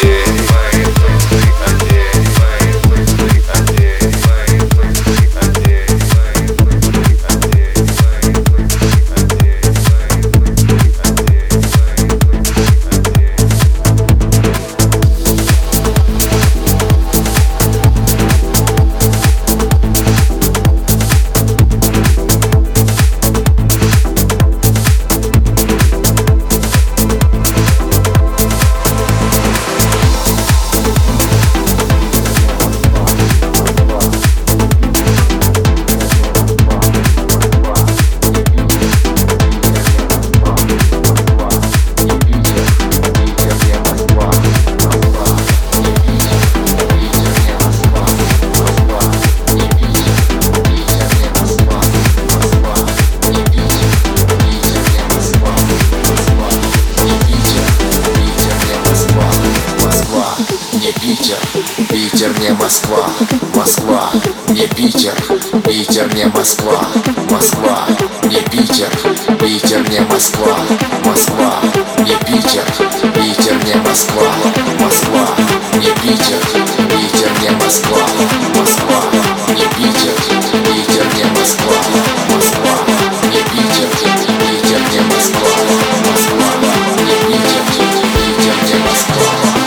Питер не Москва, Москва не Питер, Питер не Москва, Москва не Питер, Питер не Москва, Москва не Питер, Питер не Москва, Москва не Питер, Питер не Москва, Москва не Питер, Питер не Москва, Москва не Питер, Питер не Москва, Москва не Питер, Питер не Москва.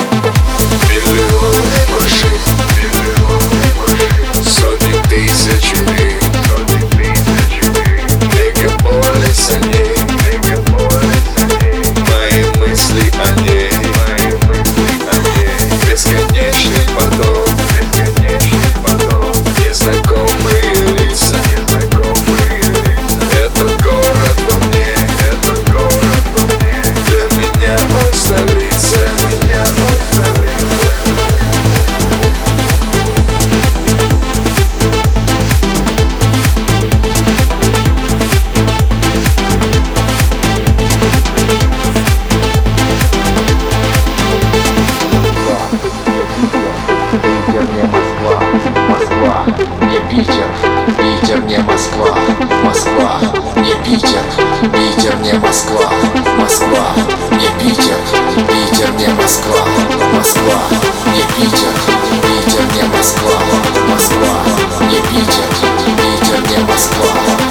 Сотни тысяч миль, мегаполис о ней, мои мысли о ней, бесконечный поток, незнакомые лица. Этот город во мне, для меня он столица. Питер не Москва, Москва не Питер, Питер не Москва, Москва не Питер, Питер не Москва, Москва не Питер, Питер не Москва, Москва не Питер, Питер не Москва, Москва не Питер, Питер не Москва.